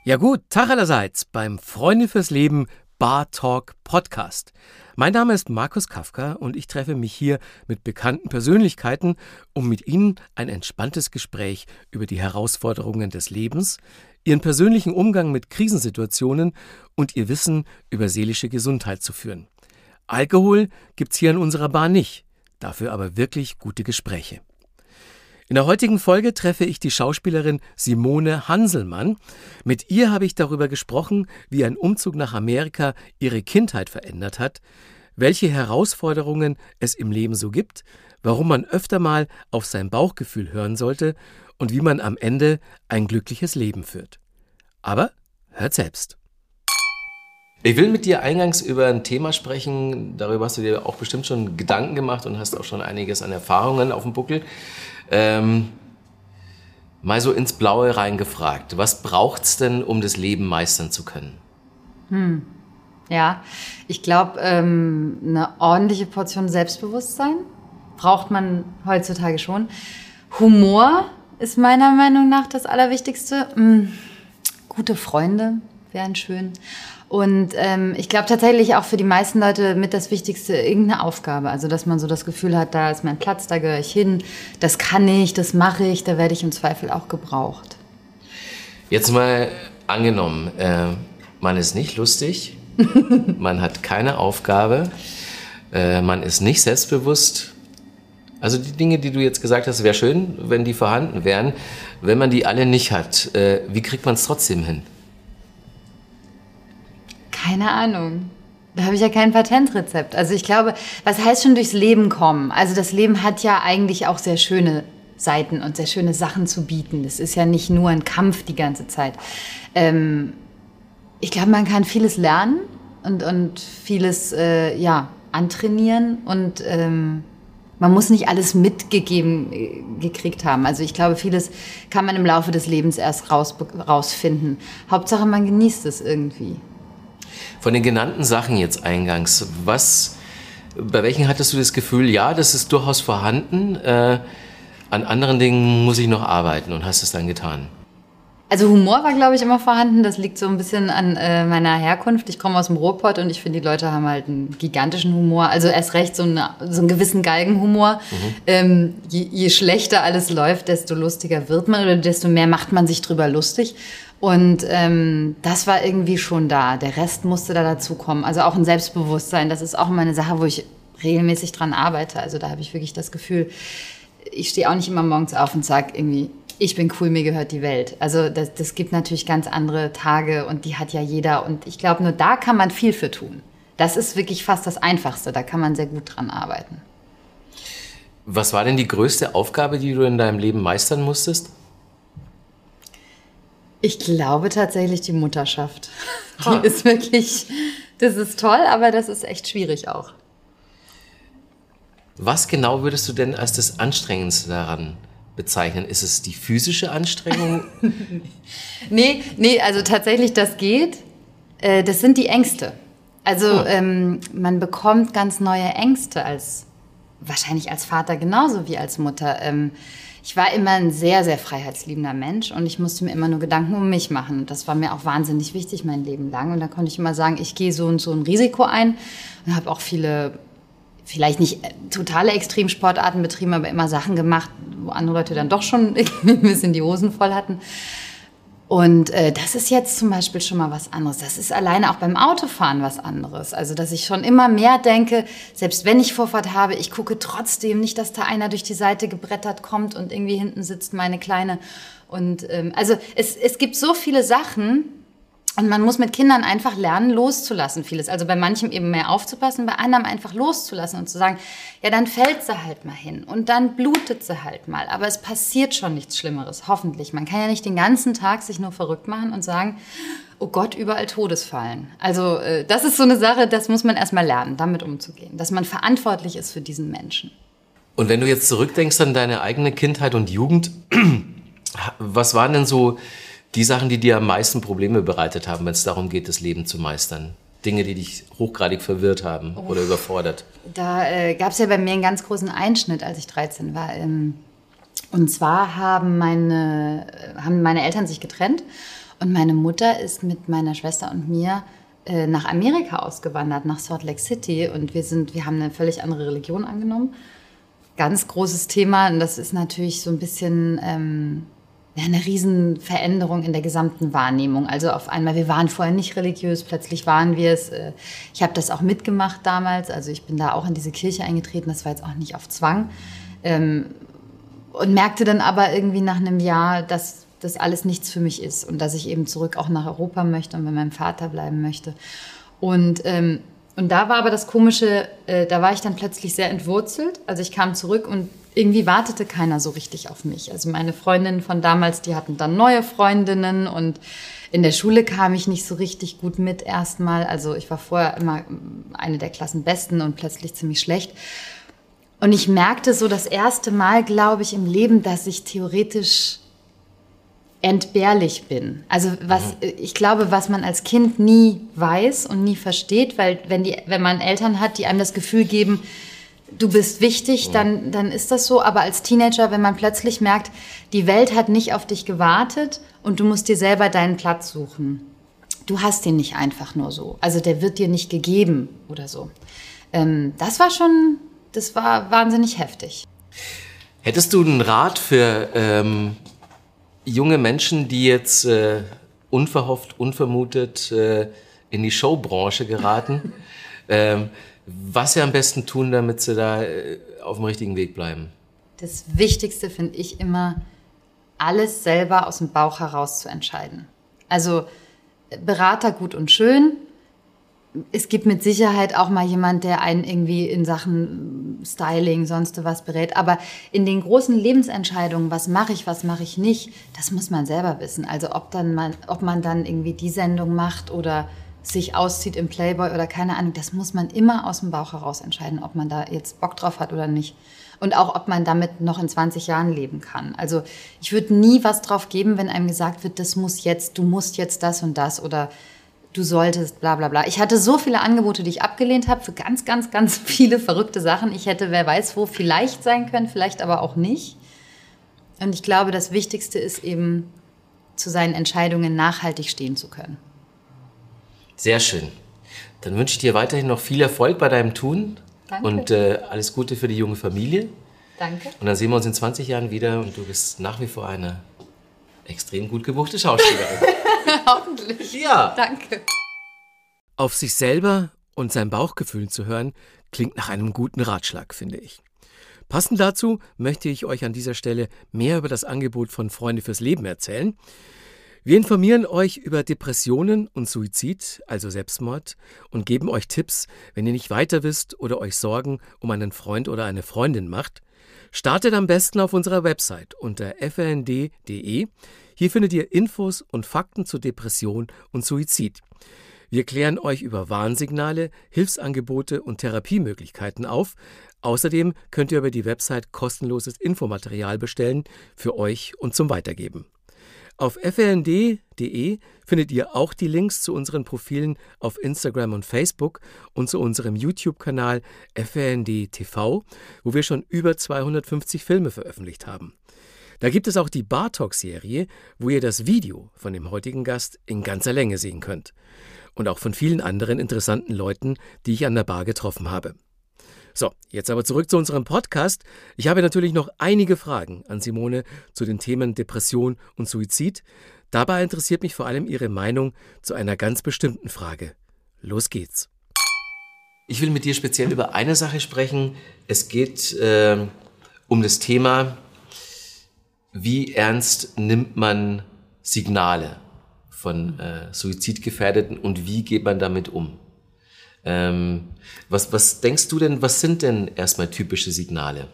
Ja gut, Tag allerseits beim Freunde fürs Leben Bar Talk Podcast. Mein Name ist Markus Kafka und ich treffe mich hier mit bekannten Persönlichkeiten, um mit ihnen ein entspanntes Gespräch über die Herausforderungen des Lebens, ihren persönlichen Umgang mit Krisensituationen und ihr Wissen über seelische Gesundheit zu führen. Alkohol gibt's hier in unserer Bar nicht, dafür aber wirklich gute Gespräche. In der heutigen Folge treffe ich die Schauspielerin Simone Hanselmann. Mit ihr habe ich darüber gesprochen, wie ein Umzug nach Amerika ihre Kindheit verändert hat, welche Herausforderungen es im Leben so gibt, warum man öfter mal auf sein Bauchgefühl hören sollte und wie man am Ende ein glückliches Leben führt. Aber hört selbst. Ich will mit dir eingangs über ein Thema sprechen, darüber hast du dir auch bestimmt schon Gedanken gemacht und hast auch schon einiges an Erfahrungen auf dem Buckel. Mal so ins Blaue reingefragt. Was braucht's denn, um das Leben meistern zu können? Ja, ich glaube, eine ordentliche Portion Selbstbewusstsein braucht man heutzutage schon. Humor ist meiner Meinung nach das Allerwichtigste. Gute Freunde wären schön. Und ich glaube tatsächlich auch für die meisten Leute mit das Wichtigste irgendeine Aufgabe. Also dass man so das Gefühl hat, da ist mein Platz, da gehöre ich hin, das kann ich, das mache ich, da werde ich im Zweifel auch gebraucht. Jetzt mal angenommen, man ist nicht lustig, man hat keine Aufgabe, man ist nicht selbstbewusst. Also die Dinge, die du jetzt gesagt hast, wäre schön, wenn die vorhanden wären. Wenn man die alle nicht hat, wie kriegt man es trotzdem hin? Keine Ahnung. Da habe ich ja kein Patentrezept. Also ich glaube, was heißt schon durchs Leben kommen? Also das Leben hat ja eigentlich auch sehr schöne Seiten und sehr schöne Sachen zu bieten. Das ist ja nicht nur ein Kampf die ganze Zeit. Ich glaube, man kann vieles lernen und vieles antrainieren und man muss nicht alles mitgegeben gekriegt haben. Also ich glaube, vieles kann man im Laufe des Lebens erst rausfinden. Hauptsache, man genießt es irgendwie. Von den genannten Sachen jetzt eingangs, bei welchen hattest du das Gefühl, ja, das ist durchaus vorhanden, an anderen Dingen muss ich noch arbeiten und hast es dann getan? Also Humor war, glaube ich, immer vorhanden. Das liegt so ein bisschen an meiner Herkunft. Ich komme aus dem Ruhrpott und ich finde, die Leute haben halt einen gigantischen Humor. Also erst recht so einen gewissen Galgenhumor. Je schlechter alles läuft, desto lustiger wird man oder desto mehr macht man sich drüber lustig. Und das war irgendwie schon da. Der Rest musste da dazukommen. Also auch ein Selbstbewusstsein. Das ist auch immer eine Sache, wo ich regelmäßig dran arbeite. Also da habe ich wirklich das Gefühl, ich stehe auch nicht immer morgens auf und sage irgendwie, ich bin cool, mir gehört die Welt. Also das gibt natürlich ganz andere Tage und die hat ja jeder. Und ich glaube, nur da kann man viel für tun. Das ist wirklich fast das Einfachste. Da kann man sehr gut dran arbeiten. Was war denn die größte Aufgabe, die du in deinem Leben meistern musstest? Ich glaube tatsächlich die Mutterschaft. Die ist wirklich, das ist toll, aber das ist echt schwierig auch. Was genau würdest du denn als das Anstrengendste daran bezeichnen? Ist es die physische Anstrengung? Nee, also tatsächlich, das geht. Das sind die Ängste. Also man bekommt ganz neue Ängste wahrscheinlich als Vater genauso wie als Mutter. Ich war immer ein sehr, sehr freiheitsliebender Mensch und ich musste mir immer nur Gedanken um mich machen. Und das war mir auch wahnsinnig wichtig mein Leben lang. Und da konnte ich immer sagen, ich gehe so und so ein Risiko ein und habe auch viele, vielleicht nicht totale Extremsportarten betrieben, aber immer Sachen gemacht, wo andere Leute dann doch schon ein bisschen die Hosen voll hatten. Und das ist jetzt zum Beispiel schon mal was anderes. Das ist alleine auch beim Autofahren was anderes. Also, dass ich schon immer mehr denke, selbst wenn ich Vorfahrt habe, ich gucke trotzdem nicht, dass da einer durch die Seite gebrettert kommt und irgendwie hinten sitzt meine Kleine. Und also es gibt so viele Sachen und man muss mit Kindern einfach lernen, loszulassen vieles. Also bei manchem eben mehr aufzupassen, bei anderem einfach loszulassen und zu sagen, ja, dann fällt sie halt mal hin und dann blutet sie halt mal. Aber es passiert schon nichts Schlimmeres, hoffentlich. Man kann ja nicht den ganzen Tag sich nur verrückt machen und sagen, oh Gott, überall Todesfallen. Also das ist so eine Sache, das muss man erstmal lernen, damit umzugehen. Dass man verantwortlich ist für diesen Menschen. Und wenn du jetzt zurückdenkst an deine eigene Kindheit und Jugend, was waren denn so die Sachen, die dir am meisten Probleme bereitet haben, wenn es darum geht, das Leben zu meistern? Dinge, die dich hochgradig verwirrt haben oder überfordert? Da gab es ja bei mir einen ganz großen Einschnitt, als ich 13 war. Und zwar haben meine Eltern sich getrennt Und meine Mutter ist mit meiner Schwester und mir nach Amerika ausgewandert, nach Salt Lake City. Und wir haben eine völlig andere Religion angenommen. Ganz großes Thema. Und das ist natürlich so ein bisschen eine Riesenveränderung in der gesamten Wahrnehmung. Also auf einmal, wir waren vorher nicht religiös, plötzlich waren wir es. Ich habe das auch mitgemacht damals. Also ich bin da auch in diese Kirche eingetreten. Das war jetzt auch nicht auf Zwang. Und merkte dann aber irgendwie nach einem Jahr, dass das alles nichts für mich ist und dass ich eben zurück auch nach Europa möchte und bei meinem Vater bleiben möchte. Und da war aber das Komische, da war ich dann plötzlich sehr entwurzelt. Also ich kam zurück und irgendwie wartete keiner so richtig auf mich. Also meine Freundinnen von damals, die hatten dann neue Freundinnen und in der Schule kam ich nicht so richtig gut mit erstmal. Also ich war vorher immer eine der Klassenbesten und plötzlich ziemlich schlecht. Und ich merkte so das erste Mal, glaube ich, im Leben, dass ich theoretisch entbehrlich bin. Also ich glaube, was man als Kind nie weiß und nie versteht, weil wenn man Eltern hat, die einem das Gefühl geben, du bist wichtig, dann ist das so. Aber als Teenager, wenn man plötzlich merkt, die Welt hat nicht auf dich gewartet und du musst dir selber deinen Platz suchen. Du hast den nicht einfach nur so. Also der wird dir nicht gegeben oder so. Das war wahnsinnig heftig. Hättest du einen Rat für junge Menschen, die jetzt unverhofft, unvermutet in die Showbranche geraten, was sie am besten tun, damit sie da auf dem richtigen Weg bleiben? Das Wichtigste finde ich immer, alles selber aus dem Bauch heraus zu entscheiden. Also Berater gut und schön. Es gibt mit Sicherheit auch mal jemand, der einen irgendwie in Sachen Styling, sonst was berät. Aber in den großen Lebensentscheidungen, was mache ich nicht, das muss man selber wissen. Also ob man dann irgendwie die Sendung macht oder sich auszieht im Playboy oder keine Ahnung, das muss man immer aus dem Bauch heraus entscheiden, ob man da jetzt Bock drauf hat oder nicht. Und auch, ob man damit noch in 20 Jahren leben kann. Also ich würde nie was drauf geben, wenn einem gesagt wird, du musst jetzt das und das oder du solltest, bla bla bla. Ich hatte so viele Angebote, die ich abgelehnt habe, für ganz, ganz, ganz viele verrückte Sachen. Ich hätte, wer weiß wo, vielleicht sein können, vielleicht aber auch nicht. Und ich glaube, das Wichtigste ist eben, zu seinen Entscheidungen nachhaltig stehen zu können. Sehr schön. Dann wünsche ich dir weiterhin noch viel Erfolg bei deinem Tun. Danke. Und alles Gute für die junge Familie. Danke. Und dann sehen wir uns in 20 Jahren wieder und du bist nach wie vor eine extrem gut gebuchte Schauspielerin. Hoffentlich. Ja. Danke. Auf sich selber und sein Bauchgefühl zu hören, klingt nach einem guten Ratschlag, finde ich. Passend dazu möchte ich euch an dieser Stelle mehr über das Angebot von Freunde fürs Leben erzählen. Wir informieren euch über Depressionen und Suizid, also Selbstmord, und geben euch Tipps, wenn ihr nicht weiter wisst oder euch Sorgen um einen Freund oder eine Freundin macht. Startet am besten auf unserer Website unter frnd.de. Hier findet ihr Infos und Fakten zu Depression und Suizid. Wir klären euch über Warnsignale, Hilfsangebote und Therapiemöglichkeiten auf. Außerdem könnt ihr über die Website kostenloses Infomaterial bestellen für euch und zum Weitergeben. Auf frnd.de findet ihr auch die Links zu unseren Profilen auf Instagram und Facebook und zu unserem YouTube-Kanal FRND TV, wo wir schon über 250 Filme veröffentlicht haben. Da gibt es auch die Bar Talk-Serie, wo ihr das Video von dem heutigen Gast in ganzer Länge sehen könnt. Und auch von vielen anderen interessanten Leuten, die ich an der Bar getroffen habe. So, jetzt aber zurück zu unserem Podcast. Ich habe natürlich noch einige Fragen an Simone zu den Themen Depression und Suizid. Dabei interessiert mich vor allem ihre Meinung zu einer ganz bestimmten Frage. Los geht's. Ich will mit dir speziell über eine Sache sprechen. Es geht um das Thema, wie ernst nimmt man Signale von Suizidgefährdeten und wie geht man damit um? Was denkst du denn, was sind denn erstmal typische Signale?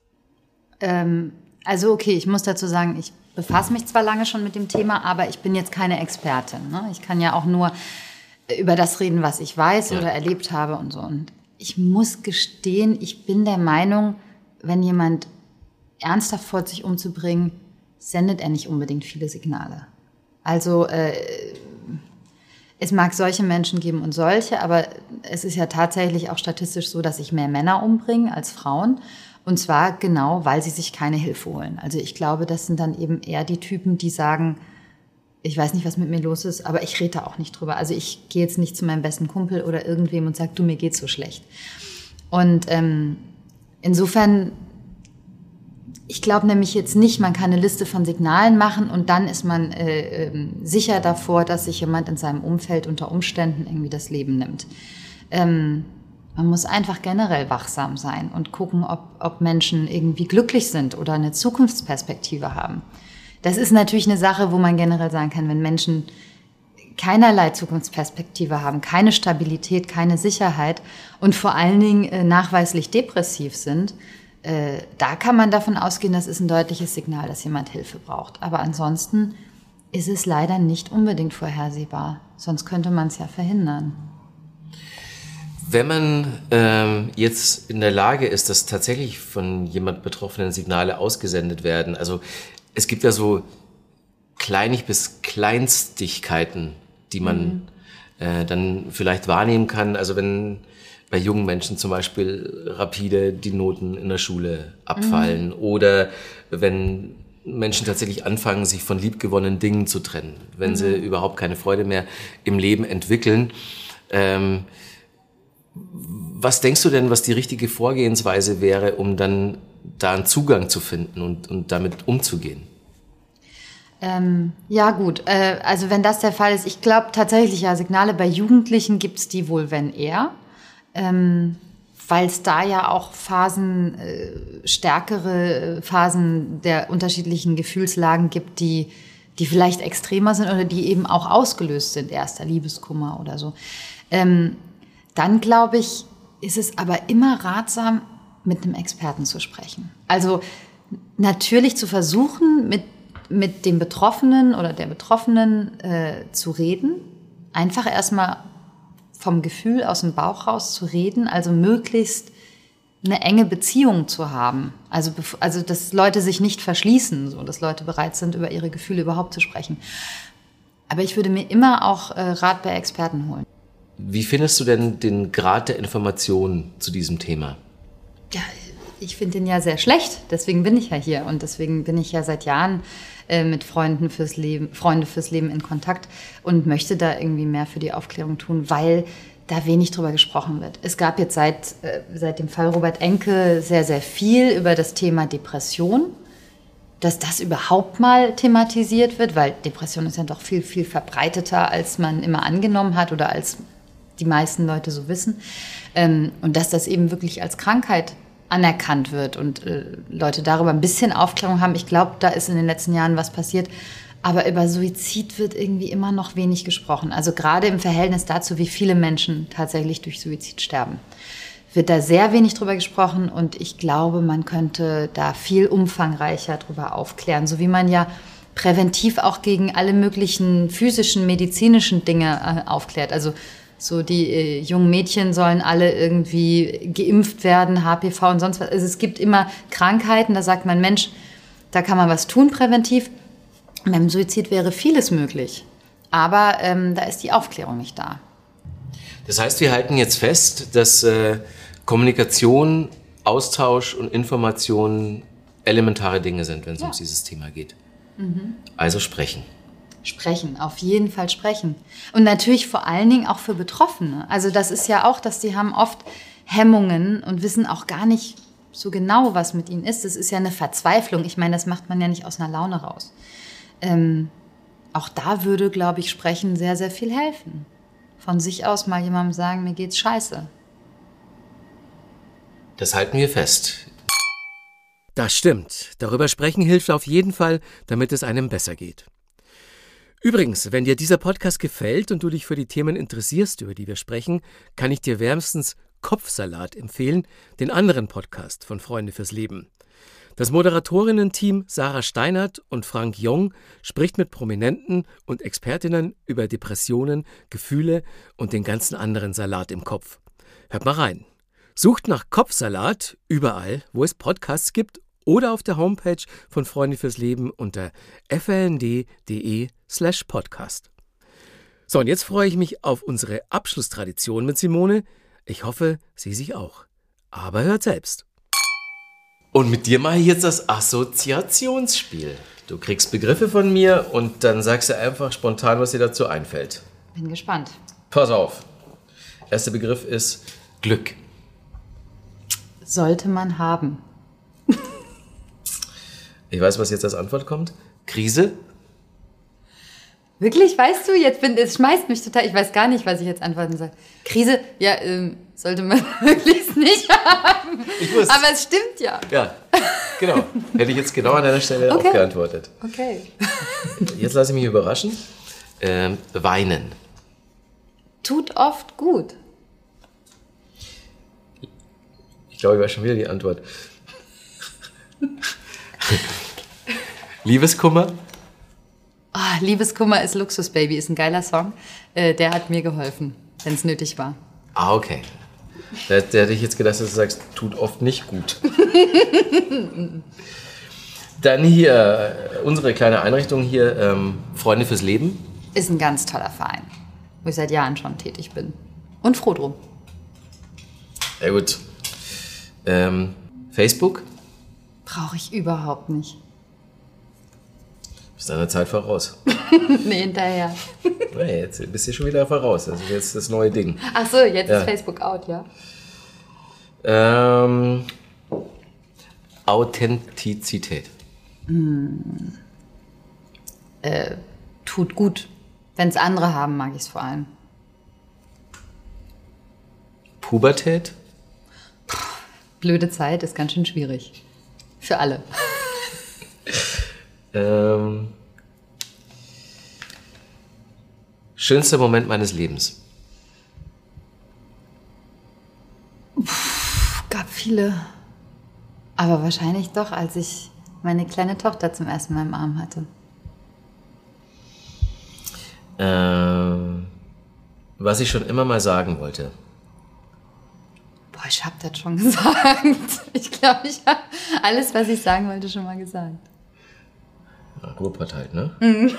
Also okay, ich muss dazu sagen, ich befasse mich zwar lange schon mit dem Thema, aber ich bin jetzt keine Expertin. Ne? Ich kann ja auch nur über das reden, was ich weiß oder erlebt habe und so. Und ich muss gestehen, ich bin der Meinung, wenn jemand ernsthaft vorhat, sich umzubringen, sendet er nicht unbedingt viele Signale. Also es mag solche Menschen geben und solche, aber es ist ja tatsächlich auch statistisch so, dass sich mehr Männer umbringen als Frauen. Und zwar genau, weil sie sich keine Hilfe holen. Also ich glaube, das sind dann eben eher die Typen, die sagen, ich weiß nicht, was mit mir los ist, aber ich rede da auch nicht drüber. Also ich gehe jetzt nicht zu meinem besten Kumpel oder irgendwem und sage, du, mir geht's so schlecht. Und insofern, ich glaube nämlich jetzt nicht, man kann eine Liste von Signalen machen und dann ist man sicher davor, dass sich jemand in seinem Umfeld unter Umständen irgendwie das Leben nimmt. Man muss einfach generell wachsam sein und gucken, ob Menschen irgendwie glücklich sind oder eine Zukunftsperspektive haben. Das ist natürlich eine Sache, wo man generell sagen kann, wenn Menschen keinerlei Zukunftsperspektive haben, keine Stabilität, keine Sicherheit und vor allen Dingen nachweislich depressiv sind, da kann man davon ausgehen, das ist ein deutliches Signal, dass jemand Hilfe braucht. Aber ansonsten ist es leider nicht unbedingt vorhersehbar, sonst könnte man es ja verhindern. Wenn man jetzt in der Lage ist, dass tatsächlich von jemand Betroffenen Signale ausgesendet werden, also es gibt ja so Kleinig- bis Kleinstigkeiten, die man dann vielleicht wahrnehmen kann. Also wenn bei jungen Menschen zum Beispiel rapide die Noten in der Schule abfallen oder wenn Menschen tatsächlich anfangen, sich von liebgewonnenen Dingen zu trennen, wenn sie überhaupt keine Freude mehr im Leben entwickeln. Was denkst du denn, was die richtige Vorgehensweise wäre, um dann da einen Zugang zu finden und damit umzugehen? Ja gut, also wenn das der Fall ist, ich glaube tatsächlich, ja, Signale bei Jugendlichen gibt es die wohl, wenn eher, weil es da ja auch stärkere Phasen der unterschiedlichen Gefühlslagen gibt, die vielleicht extremer sind oder die eben auch ausgelöst sind, erster Liebeskummer oder so. Dann glaube ich, ist es aber immer ratsam, mit einem Experten zu sprechen. Also natürlich zu versuchen, mit dem Betroffenen oder der Betroffenen zu reden. Einfach erstmal vom Gefühl aus dem Bauch raus zu reden, also möglichst eine enge Beziehung zu haben. Also dass Leute sich nicht verschließen, so, dass Leute bereit sind, über ihre Gefühle überhaupt zu sprechen. Aber ich würde mir immer auch Rat bei Experten holen. Wie findest du denn den Grad der Information zu diesem Thema? Ja, ich finde den ja sehr schlecht, deswegen bin ich ja hier und deswegen bin ich ja seit Jahren mit Freunde fürs Leben in Kontakt und möchte da irgendwie mehr für die Aufklärung tun, weil da wenig drüber gesprochen wird. Es gab jetzt seit dem Fall Robert Enke sehr, sehr viel über das Thema Depression, dass das überhaupt mal thematisiert wird, weil Depression ist ja doch viel, viel verbreiteter, als man immer angenommen hat oder als die meisten Leute so wissen. Und dass das eben wirklich als Krankheit anerkannt wird und Leute darüber ein bisschen Aufklärung haben. Ich glaube, da ist in den letzten Jahren was passiert. Aber über Suizid wird irgendwie immer noch wenig gesprochen. Also gerade im Verhältnis dazu, wie viele Menschen tatsächlich durch Suizid sterben, wird da sehr wenig drüber gesprochen. Und ich glaube, man könnte da viel umfangreicher drüber aufklären. So wie man ja präventiv auch gegen alle möglichen physischen, medizinischen Dinge aufklärt. Also so die jungen Mädchen sollen alle irgendwie geimpft werden, HPV und sonst was. Also es gibt immer Krankheiten, da sagt man, Mensch, da kann man was tun präventiv. Beim Suizid wäre vieles möglich, aber da ist die Aufklärung nicht da. Das heißt, wir halten jetzt fest, dass Kommunikation, Austausch und Information elementare Dinge sind, wenn es um dieses Thema geht. Also sprechen. Sprechen, auf jeden Fall sprechen. Und natürlich vor allen Dingen auch für Betroffene. Also das ist ja auch, dass die haben oft Hemmungen und wissen auch gar nicht so genau, was mit ihnen ist. Das ist ja eine Verzweiflung. Ich meine, das macht man ja nicht aus einer Laune raus. Auch da würde, glaube ich, Sprechen sehr, sehr viel helfen. Von sich aus mal jemandem sagen, mir geht's scheiße. Das halten wir fest. Das stimmt. Darüber sprechen hilft auf jeden Fall, damit es einem besser geht. Übrigens, wenn dir dieser Podcast gefällt und du dich für die Themen interessierst, über die wir sprechen, kann ich dir wärmstens Kopfsalat empfehlen, den anderen Podcast von Freunde fürs Leben. Das Moderatorinnen-Team Sarah Steinert und Frank Jong spricht mit Prominenten und Expertinnen über Depressionen, Gefühle und den ganzen anderen Salat im Kopf. Hört mal rein. Sucht nach Kopfsalat überall, wo es Podcasts gibt oder auf der Homepage von Freunde fürs Leben unter frnd.de/podcast. So, und jetzt freue ich mich auf unsere Abschlusstradition mit Simone. Ich hoffe, Sie sich auch. Aber hört selbst. Und mit dir mache ich jetzt das Assoziationsspiel. Du kriegst Begriffe von mir und dann sagst du einfach spontan, was dir dazu einfällt. Bin gespannt. Pass auf. Erster Begriff ist Glück. Sollte man haben. Ich weiß, was jetzt als Antwort kommt. Krise. Wirklich, weißt du, es schmeißt mich total, ich weiß gar nicht, was ich jetzt antworten soll. Krise, ja, sollte man wirklich nicht haben. Ich wusste. Aber es stimmt ja. Ja, genau. Hätte ich jetzt genau an deiner Stelle auch geantwortet. Okay. Jetzt lasse ich mich überraschen. Weinen. Tut oft gut. Ich glaube, ich weiß schon wieder die Antwort. Liebeskummer. Oh, Liebeskummer ist Luxusbaby, ist ein geiler Song. Der hat mir geholfen, wenn es nötig war. Ah, okay. Da hätte ich jetzt gedacht, dass du sagst, tut oft nicht gut. Dann hier, unsere kleine Einrichtung hier, Freunde fürs Leben. Ist ein ganz toller Verein, wo ich seit Jahren schon tätig bin. Und froh drum. Ja gut. Facebook. Brauche ich überhaupt nicht. Bist deiner Zeit voraus. Nee, hinterher. Nee, jetzt bist du schon wieder voraus. Das ist jetzt das neue Ding. Ach so, jetzt ist Facebook out, ja. Authentizität. Tut gut. Wenn es andere haben, mag ich es vor allem. Pubertät. Blöde Zeit ist ganz schön schwierig. Für alle. Schönster Moment meines Lebens. Gab viele. Aber wahrscheinlich doch, als ich meine kleine Tochter zum ersten Mal im Arm hatte. Was ich schon immer mal sagen wollte. Boah, ich hab das schon gesagt. Ich glaube, ich habe alles, was ich sagen wollte, schon mal gesagt. Ruhrpott halt, ne?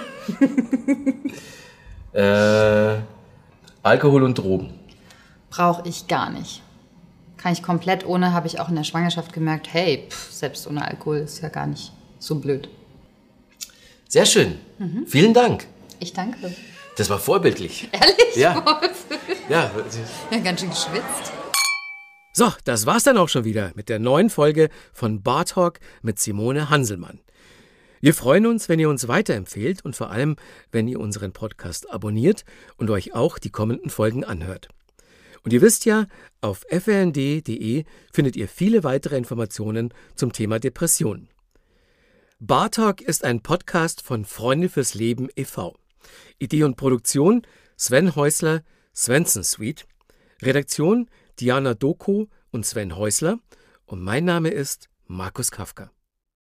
Alkohol und Drogen. Brauche ich gar nicht. Kann ich komplett ohne, habe ich auch in der Schwangerschaft gemerkt, hey, selbst ohne Alkohol ist ja gar nicht so blöd. Sehr schön. Vielen Dank. Ich danke. Das war vorbildlich. Ehrlich? Ja. Ja. Ja, ganz schön geschwitzt. So, das war's dann auch schon wieder mit der neuen Folge von Bar Talk mit Simone Hanselmann. Wir freuen uns, wenn ihr uns weiterempfehlt und vor allem, wenn ihr unseren Podcast abonniert und euch auch die kommenden Folgen anhört. Und ihr wisst ja, auf frnd.de findet ihr viele weitere Informationen zum Thema Depression. Bar Talk ist ein Podcast von Freunde fürs Leben e.V. Idee und Produktion Sven Häusler, Svensson Suite. Redaktion Diana Doko und Sven Häusler. Und mein Name ist Markus Kafka.